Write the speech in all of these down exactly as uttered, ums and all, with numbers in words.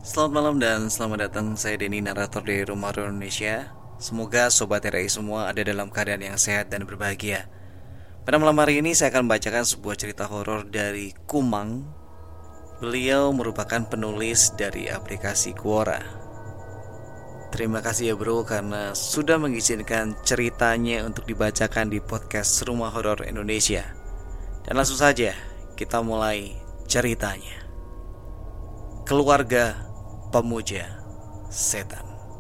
Selamat malam dan selamat datang. Saya Denny, narator dari Rumah Horor Indonesia. Semoga Sobat R I semua ada dalam keadaan yang sehat dan berbahagia. Pada malam hari ini saya akan membacakan sebuah cerita horor dari Kumang. Beliau merupakan penulis dari aplikasi Quora. Terima kasih ya bro karena sudah mengizinkan ceritanya untuk dibacakan di podcast Rumah Horor Indonesia. Dan langsung saja kita mulai ceritanya. Keluarga Pemuja Setan.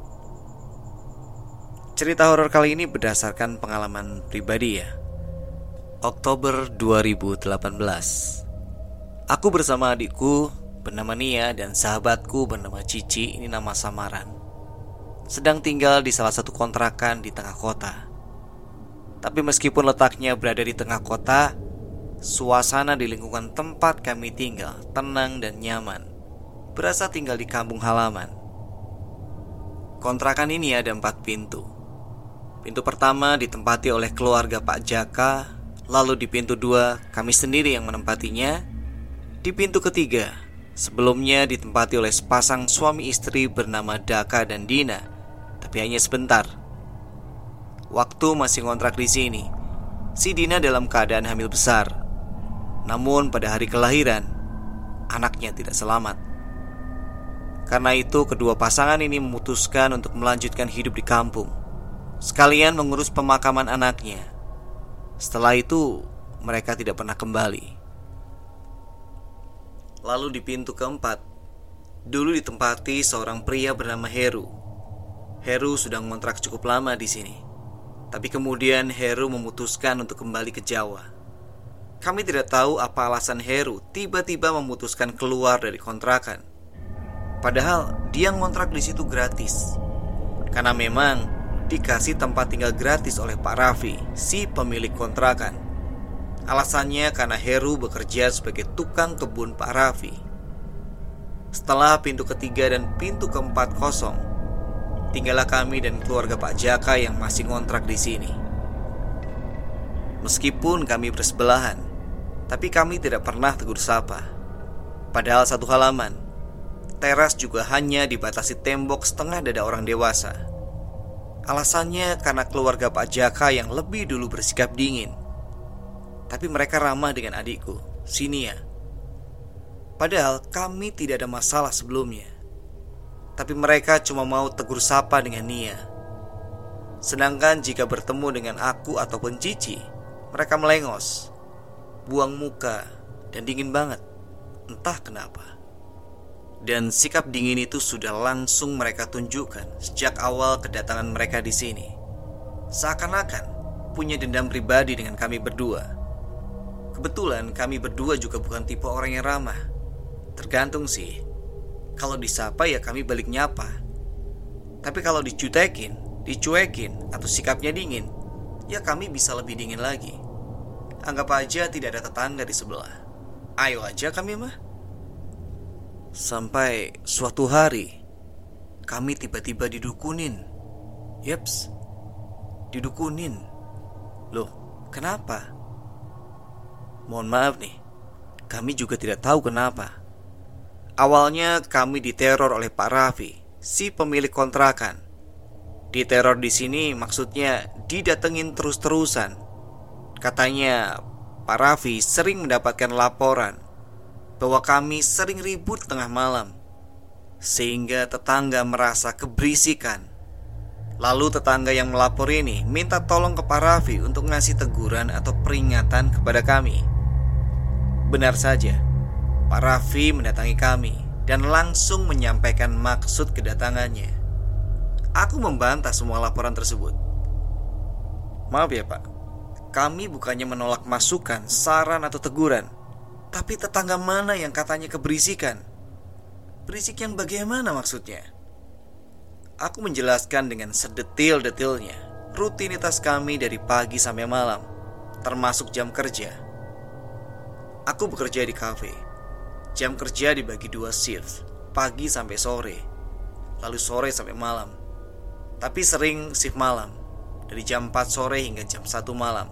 Cerita horor kali ini berdasarkan pengalaman pribadi ya. Oktober dua ribu delapan belas. Aku bersama adikku bernama Nia dan sahabatku bernama Cici, ini nama samaran, sedang tinggal di salah satu kontrakan di tengah kota. Tapi meskipun letaknya berada di tengah kota, suasana di lingkungan tempat kami tinggal tenang dan nyaman, berasa tinggal di kampung halaman. Kontrakan ini ada empat pintu. Pintu pertama ditempati oleh keluarga Pak Jaka, lalu di pintu dua kami sendiri yang menempatinya. Di pintu ketiga sebelumnya ditempati oleh sepasang suami istri bernama Daka dan Dina, tapi hanya sebentar. Waktu masih ngontrak di sini, si Dina dalam keadaan hamil besar. Namun pada hari kelahiran, anaknya tidak selamat. Karena itu kedua pasangan ini memutuskan untuk melanjutkan hidup di kampung, sekalian mengurus pemakaman anaknya. Setelah itu mereka tidak pernah kembali. Lalu di pintu keempat, dulu ditempati seorang pria bernama Heru. Heru sudah ngontrak cukup lama di sini, tapi kemudian Heru memutuskan untuk kembali ke Jawa. Kami tidak tahu apa alasan Heru tiba-tiba memutuskan keluar dari kontrakan. Padahal dia ngontrak di situ gratis, karena memang dikasih tempat tinggal gratis oleh Pak Raffi, si pemilik kontrakan. Alasannya karena Heru bekerja sebagai tukang kebun Pak Raffi. Setelah pintu ketiga dan pintu keempat kosong, tinggallah kami dan keluarga Pak Jaka yang masih ngontrak di sini. Meskipun kami bersebelahan, tapi kami tidak pernah tegur sapa. Padahal satu halaman, teras juga hanya dibatasi tembok setengah dada orang dewasa. Alasannya karena keluarga Pak Jaka yang lebih dulu bersikap dingin. Tapi mereka ramah dengan adikku, si Nia. Padahal kami tidak ada masalah sebelumnya. Tapi mereka cuma mau tegur sapa dengan Nia. Sedangkan jika bertemu dengan aku ataupun Cici, mereka melengos, buang muka, dan dingin banget. Entah kenapa. Dan sikap dingin itu sudah langsung mereka tunjukkan sejak awal kedatangan mereka di sini. Seakan-akan punya dendam pribadi dengan kami berdua. Kebetulan kami berdua juga bukan tipe orang yang ramah. Tergantung sih. Kalau disapa ya kami balik nyapa. Tapi kalau dicutekin, dicuekin, atau sikapnya dingin, ya kami bisa lebih dingin lagi. Anggap aja tidak ada tetangga di sebelah. Ayo aja kami mah. Sampai suatu hari kami tiba-tiba didukunin. Yeps, didukunin. Loh, kenapa? Mohon maaf nih, kami juga tidak tahu kenapa. Awalnya kami diteror oleh Pak Raffi, si pemilik kontrakan. Diteror di sini maksudnya didatengin terus-terusan. Katanya Pak Raffi sering mendapatkan laporan bahwa kami sering ribut tengah malam, sehingga tetangga merasa keberisikan. Lalu tetangga yang melapor ini minta tolong ke Pak Raffi untuk ngasih teguran atau peringatan kepada kami. Benar saja, Pak Raffi mendatangi kami dan langsung menyampaikan maksud kedatangannya. Aku membantah semua laporan tersebut. Maaf ya Pak, kami bukannya menolak masukan, saran atau teguran. Tapi tetangga mana yang katanya keberisikan? Berisik yang bagaimana maksudnya? Aku menjelaskan dengan sedetil-detilnya rutinitas kami dari pagi sampai malam, termasuk jam kerja. Aku bekerja di kafe. Jam kerja dibagi dua shift, pagi sampai sore, lalu sore sampai malam. Tapi sering shift malam, dari jam empat sore hingga jam satu malam.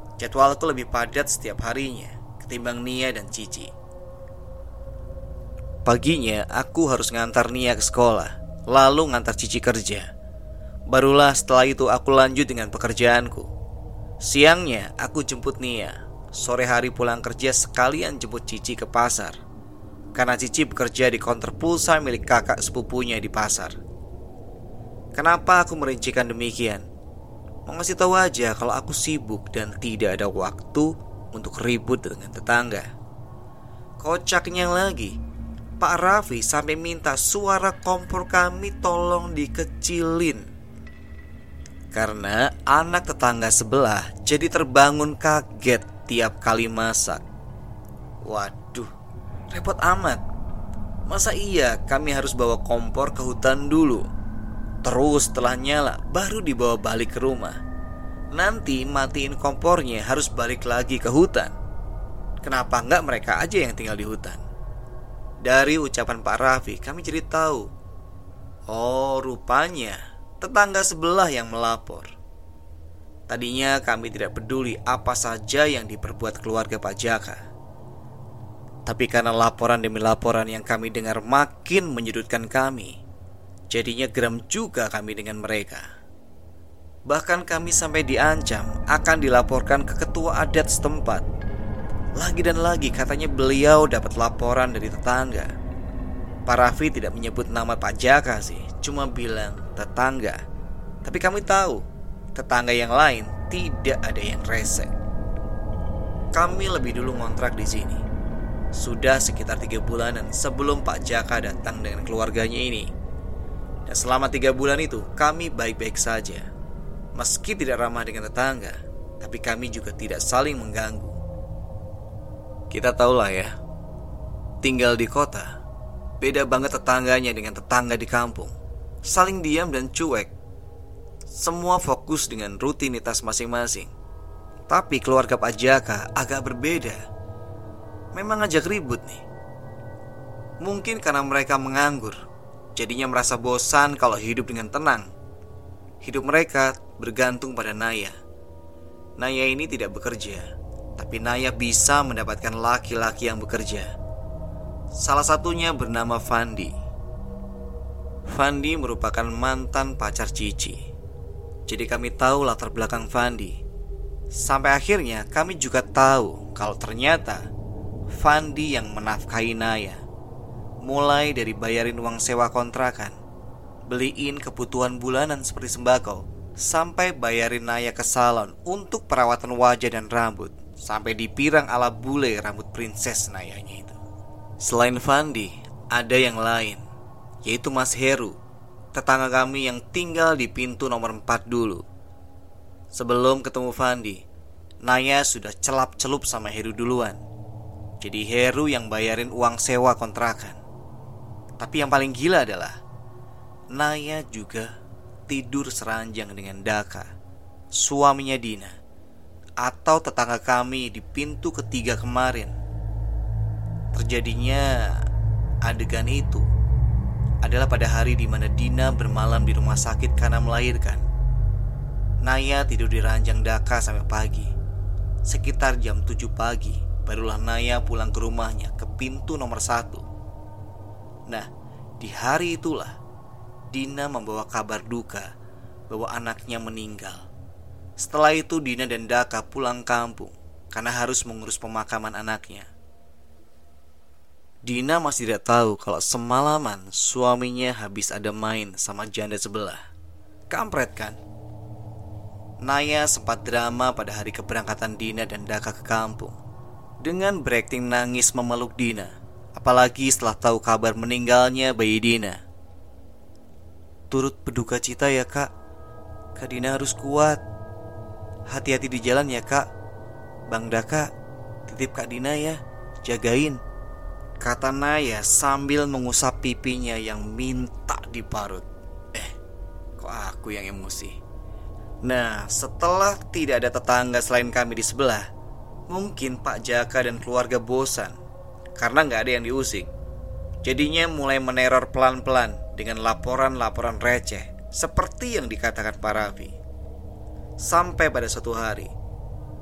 Jadwalku lebih padat setiap harinya ketimbang Nia dan Cici. Paginya aku harus ngantar Nia ke sekolah, lalu ngantar Cici kerja. Barulah setelah itu aku lanjut dengan pekerjaanku. Siangnya aku jemput Nia, sore hari pulang kerja sekalian jemput Cici ke pasar, karena Cici bekerja di konter pulsa milik kakak sepupunya di pasar. Kenapa aku merincikan demikian? Mau ngasih tahu aja kalau aku sibuk dan tidak ada waktu untuk ribut dengan tetangga. Kocaknya lagi, Pak Raffi sampai minta suara kompor kami tolong dikecilin, karena anak tetangga sebelah jadi terbangun kaget tiap kali masak. Waduh, repot amat. Masa iya kami harus bawa kompor ke hutan dulu, terus setelah nyala baru dibawa balik ke rumah? Nanti matiin kompornya harus balik lagi ke hutan. Kenapa enggak mereka aja yang tinggal di hutan? Dari ucapan Pak Raffi kami jadi tahu, oh rupanya tetangga sebelah yang melapor. Tadinya kami tidak peduli apa saja yang diperbuat keluarga Pak Jaka, tapi karena laporan demi laporan yang kami dengar makin menyudutkan kami, jadinya geram juga kami dengan mereka. Bahkan kami sampai diancam akan dilaporkan ke ketua adat setempat. Lagi dan lagi katanya beliau dapat laporan dari tetangga. Pak Raffi tidak menyebut nama Pak Jaka sih, cuma bilang tetangga. Tapi kami tahu tetangga yang lain tidak ada yang rese. Kami lebih dulu ngontrak di sini. Sudah sekitar tiga bulanan sebelum Pak Jaka datang dengan keluarganya ini. Dan selama tiga bulan itu kami baik-baik saja. Meski tidak ramah dengan tetangga, tapi kami juga tidak saling mengganggu. Kita tahulah ya, tinggal di kota, beda banget tetangganya dengan tetangga di kampung. Saling diam dan cuek. Semua fokus dengan rutinitas masing-masing. Tapi keluarga Pak Jaka agak berbeda. Memang ngajak ribut nih. Mungkin karena mereka menganggur, jadinya merasa bosan kalau hidup dengan tenang. Hidup mereka bergantung pada Naya. Naya ini tidak bekerja, tapi Naya bisa mendapatkan laki-laki yang bekerja. Salah satunya bernama Fandi. Fandi merupakan mantan pacar Cici. Jadi kami tahu latar belakang Fandi. Sampai akhirnya kami juga tahu kalau ternyata Fandi yang menafkahi Naya. Mulai dari bayarin uang sewa kontrakan, beliin kebutuhan bulanan seperti sembako, sampai bayarin Naya ke salon untuk perawatan wajah dan rambut, sampai dipirang ala bule rambut princess Nayanya itu. Selain Fandi, ada yang lain, yaitu Mas Heru, tetangga kami yang tinggal di pintu nomor empat dulu. Sebelum ketemu Fandi, Naya sudah celap-celup sama Heru duluan. Jadi Heru yang bayarin uang sewa kontrakan. Tapi yang paling gila adalah Naya juga tidur seranjang dengan Daka, suaminya Dina, atau tetangga kami di pintu ketiga kemarin. Terjadinya adegan itu adalah pada hari di mana Dina bermalam di rumah sakit karena melahirkan. Naya tidur di ranjang Daka sampai pagi. Sekitar jam tujuh pagi barulah Naya pulang ke rumahnya ke pintu nomor satu. Nah, di hari itulah Dina membawa kabar duka bahwa anaknya meninggal. Setelah itu Dina dan Daka pulang kampung karena harus mengurus pemakaman anaknya. Dina masih tidak tahu kalau semalaman suaminya habis ada main sama janda sebelah. Kampret kan? Naya sempat drama pada hari keberangkatan Dina dan Daka ke kampung, dengan berakting nangis memeluk Dina. Apalagi setelah tahu kabar meninggalnya bayi Dina. Turut berduka cita ya kak. Kak Dina harus kuat. Hati-hati di jalan ya kak. Bang Daka, titip Kak Dina ya, jagain, kata Naya sambil mengusap pipinya yang minta diparut. Eh, kok aku yang emosi? Nah, setelah tidak ada tetangga selain kami di sebelah, mungkin Pak Jaka dan keluarga bosan karena gak ada yang diusik. Jadinya mulai meneror pelan-pelan dengan laporan-laporan receh seperti yang dikatakan Pak Raffi. Sampai pada suatu hari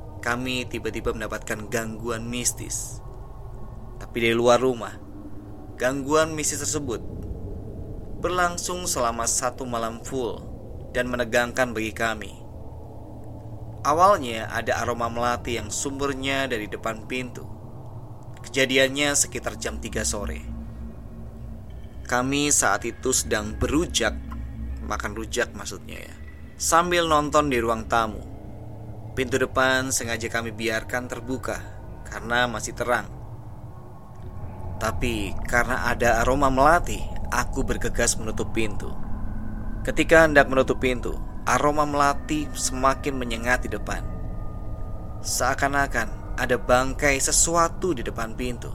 kami tiba-tiba mendapatkan gangguan mistis. Tapi dari luar rumah, Gangguan mistis tersebut berlangsung selama satu malam full dan menegangkan bagi kami. Awalnya ada aroma melati yang sumbernya dari depan pintu. Kejadiannya sekitar jam tiga sore. Kami saat itu sedang berujak, makan rujak maksudnya ya, sambil nonton di ruang tamu. Pintu depan sengaja kami biarkan terbuka karena masih terang. Tapi karena ada aroma melati, aku bergegas menutup pintu. Ketika hendak menutup pintu, aroma melati semakin menyengat di depan. Seakan-akan ada bangkai sesuatu di depan pintu.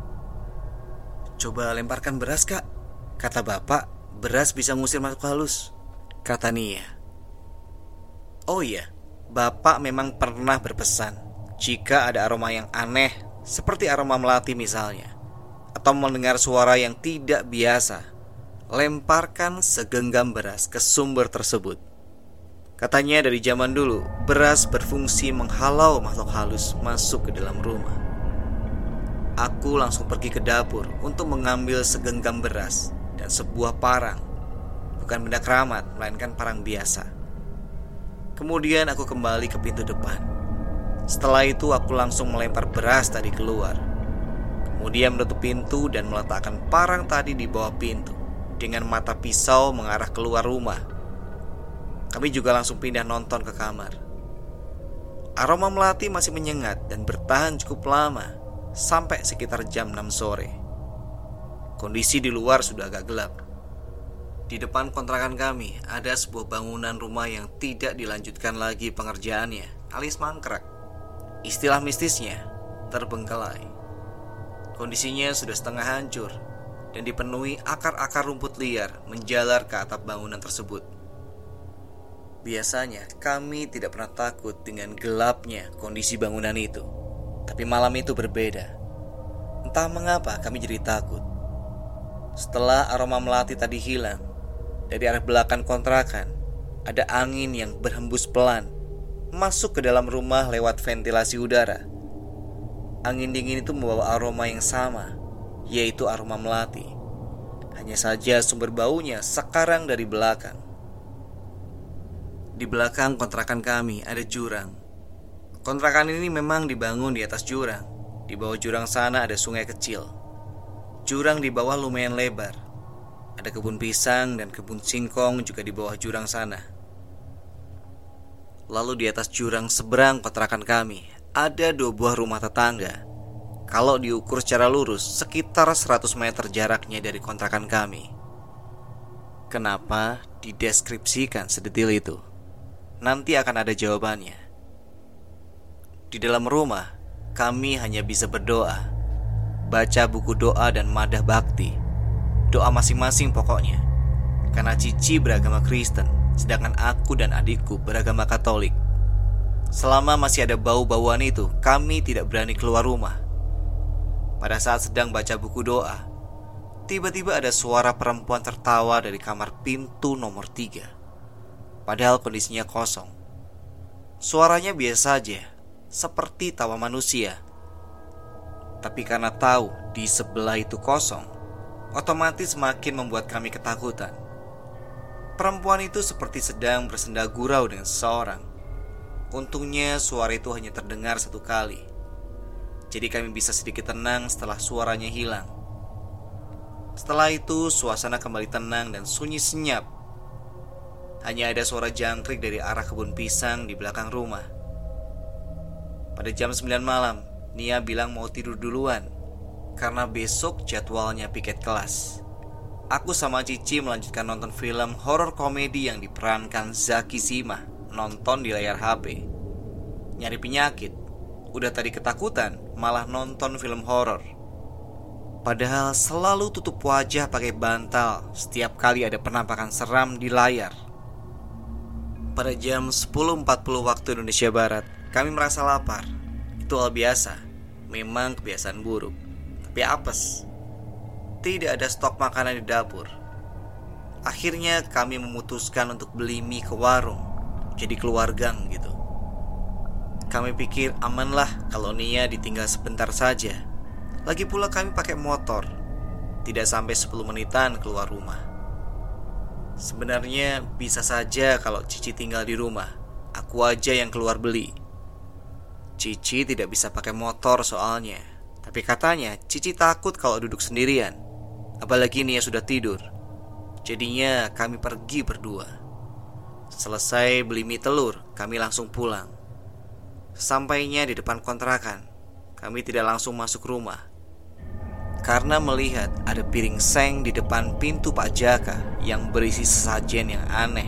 "Coba lemparkan beras, Kak," kata bapak. "Beras bisa ngusir makhluk halus," kata Nia. Oh iya, bapak memang pernah berpesan, jika ada aroma yang aneh seperti aroma melati misalnya, atau mendengar suara yang tidak biasa, lemparkan segenggam beras ke sumber tersebut. Katanya dari zaman dulu, beras berfungsi menghalau makhluk halus masuk ke dalam rumah. Aku langsung pergi ke dapur untuk mengambil segenggam beras dan sebuah parang. Bukan benda keramat, melainkan parang biasa. Kemudian aku kembali ke pintu depan. Setelah itu aku langsung melempar beras tadi keluar. Kemudian menutup pintu dan meletakkan parang tadi di bawah pintu dengan mata pisau mengarah keluar rumah. Kami juga langsung pindah nonton ke kamar. Aroma melati masih menyengat dan bertahan cukup lama, sampai sekitar jam enam sore. Kondisi di luar sudah agak gelap. Di depan kontrakan kami ada sebuah bangunan rumah yang tidak dilanjutkan lagi pengerjaannya, alias mangkrak. Istilah mistisnya, terbengkelai. Kondisinya sudah setengah hancur dan dipenuhi akar-akar rumput liar menjalar ke atap bangunan tersebut. Biasanya kami tidak pernah takut dengan gelapnya kondisi bangunan itu, tapi malam itu berbeda. Entah mengapa kami jadi takut. Setelah aroma melati tadi hilang, dari arah belakang kontrakan ada angin yang berhembus pelan masuk ke dalam rumah lewat ventilasi udara. Angin dingin itu membawa aroma yang sama, yaitu aroma melati. Hanya saja sumber baunya sekarang dari belakang. Di belakang kontrakan kami ada jurang. Kontrakan ini memang dibangun di atas jurang. Di bawah jurang sana ada sungai kecil. Jurang di bawah lumayan lebar. Ada kebun pisang dan kebun singkong juga di bawah jurang sana. Lalu di atas jurang seberang kontrakan kami ada dua buah rumah tetangga. Kalau diukur secara lurus, sekitar seratus meter jaraknya dari kontrakan kami. Kenapa dideskripsikan sedetil itu? Nanti akan ada jawabannya. Di dalam rumah, kami hanya bisa berdoa, baca buku doa dan madah bakti. Doa masing-masing pokoknya. Karena Cici beragama Kristen, sedangkan aku dan adikku beragama Katolik. Selama masih ada bau-bauan itu, kami tidak berani keluar rumah. Pada saat sedang baca buku doa, tiba-tiba ada suara perempuan tertawa dari kamar pintu nomor tiga. Padahal kondisinya kosong. Suaranya biasa saja, seperti tawa manusia. Tapi karena tahu di sebelah itu kosong, otomatis semakin membuat kami ketakutan. Perempuan itu seperti sedang bersenda gurau dengan seseorang. Untungnya suara itu hanya terdengar satu kali. Jadi kami bisa sedikit tenang setelah suaranya hilang. Setelah itu suasana kembali tenang dan sunyi senyap. Hanya ada suara jangkrik dari arah kebun pisang di belakang rumah. Pada jam sembilan malam, Nia bilang mau tidur duluan karena besok jadwalnya piket kelas. Aku sama Cici melanjutkan nonton film horor komedi yang diperankan Zaki Simah. Nonton di layar H P. Nyari penyakit. Udah tadi ketakutan, malah nonton film horor. Padahal selalu tutup wajah pakai bantal setiap kali ada penampakan seram di layar. Pada jam sepuluh empat puluh waktu Indonesia Barat, kami merasa lapar. Itu hal biasa, memang kebiasaan buruk. Tapi apes. Tidak ada stok makanan di dapur. Akhirnya kami memutuskan untuk beli mie ke warung. Jadi keluar gang gitu. Kami pikir amanlah kalau Nia ditinggal sebentar saja. Lagi pula kami pakai motor. Tidak sampai sepuluh menitan keluar rumah. Sebenarnya bisa saja kalau Cici tinggal di rumah, aku aja yang keluar beli. Cici tidak bisa pakai motor soalnya. Tapi katanya Cici takut kalau duduk sendirian, apalagi Nia sudah tidur. Jadinya kami pergi berdua. Selesai beli mie telur, kami langsung pulang. Sampainya di depan kontrakan, kami tidak langsung masuk rumah karena melihat ada piring seng di depan pintu Pak Jaka yang berisi sesajen yang aneh.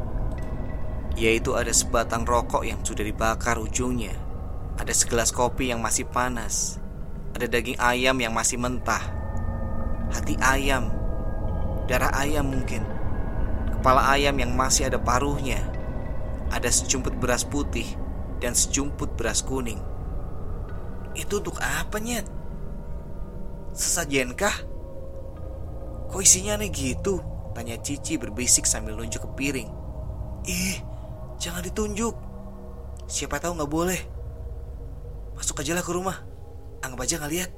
Yaitu ada sebatang rokok yang sudah dibakar ujungnya, ada segelas kopi yang masih panas, ada daging ayam yang masih mentah, hati ayam, darah ayam mungkin, kepala ayam yang masih ada paruhnya, ada sejumput beras putih dan sejumput beras kuning. Itu untuk apa, Nyet? Sesajen kah? Kok isinya aneh gitu? Tanya Cici berbisik sambil nunjuk ke piring. Ih, jangan ditunjuk. Siapa tahu gak boleh. Masuk aja lah ke rumah. Anggap aja gak lihat.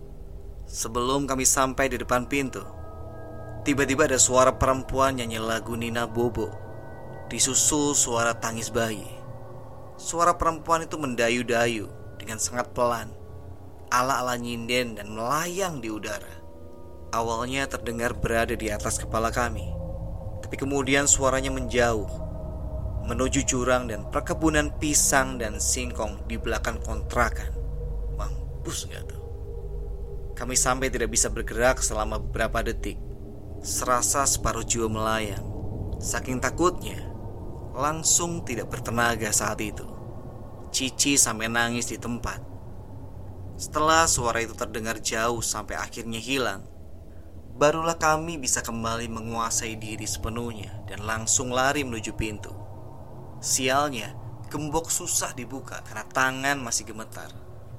Sebelum kami sampai di depan pintu, tiba-tiba ada suara perempuan nyanyi lagu Nina Bobo, disusul suara tangis bayi. Suara perempuan itu mendayu-dayu dengan sangat pelan, ala-ala nyinden dan melayang di udara. Awalnya terdengar berada di atas kepala kami, tapi kemudian suaranya menjauh menuju jurang dan perkebunan pisang dan singkong di belakang kontrakan. Mampus gak tuh? Kami sampai tidak bisa bergerak selama beberapa detik. Serasa separuh jiwa melayang. Saking takutnya, langsung tidak bertenaga saat itu. Cici sampai nangis di tempat. Setelah suara itu terdengar jauh sampai akhirnya hilang, barulah kami bisa kembali menguasai diri sepenuhnya dan langsung lari menuju pintu. Sialnya, gembok susah dibuka karena tangan masih gemetar.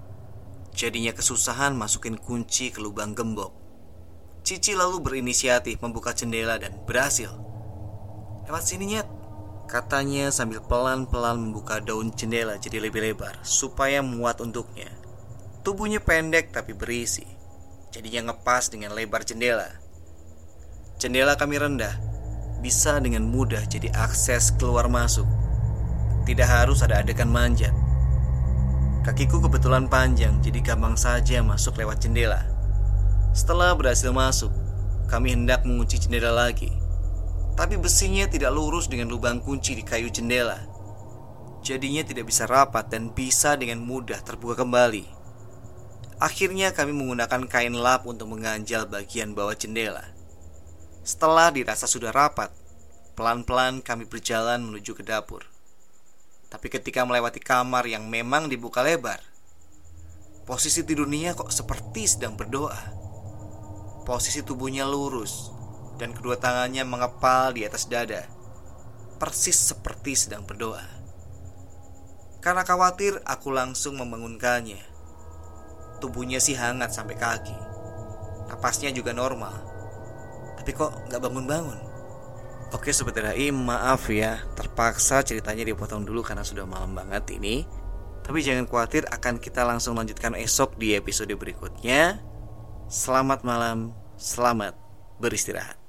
Jadinya kesusahan masukin kunci ke lubang gembok. Cici lalu berinisiatif membuka jendela dan berhasil. Lewat sini, Nyet, katanya sambil pelan-pelan membuka daun jendela jadi lebih lebar supaya muat untuknya. Tubuhnya pendek tapi berisi, jadinya ngepas dengan lebar jendela. Jendela kami rendah, bisa dengan mudah jadi akses keluar masuk. Tidak harus ada adegan manjat. Kakiku kebetulan panjang, jadi gampang saja masuk lewat jendela. Setelah berhasil masuk, kami hendak mengunci jendela lagi, tapi besinya tidak lurus dengan lubang kunci di kayu jendela. Jadinya tidak bisa rapat dan bisa dengan mudah terbuka kembali. Akhirnya kami menggunakan kain lap untuk mengganjal bagian bawah jendela. Setelah dirasa sudah rapat, pelan-pelan kami berjalan menuju ke dapur. Tapi ketika melewati kamar yang memang dibuka lebar, posisi tidur Nia kok seperti sedang berdoa. Posisi tubuhnya lurus dan kedua tangannya mengepal di atas dada, persis seperti sedang berdoa. Karena khawatir, aku langsung membangunkannya. Tubuhnya sih hangat sampai kaki, napasnya juga normal, tapi kok gak bangun-bangun. Oke Sobat Rahim, maaf ya, terpaksa ceritanya dipotong dulu karena sudah malam banget ini. Tapi jangan khawatir, akan kita langsung lanjutkan esok di episode berikutnya. Selamat malam, selamat beristirahat.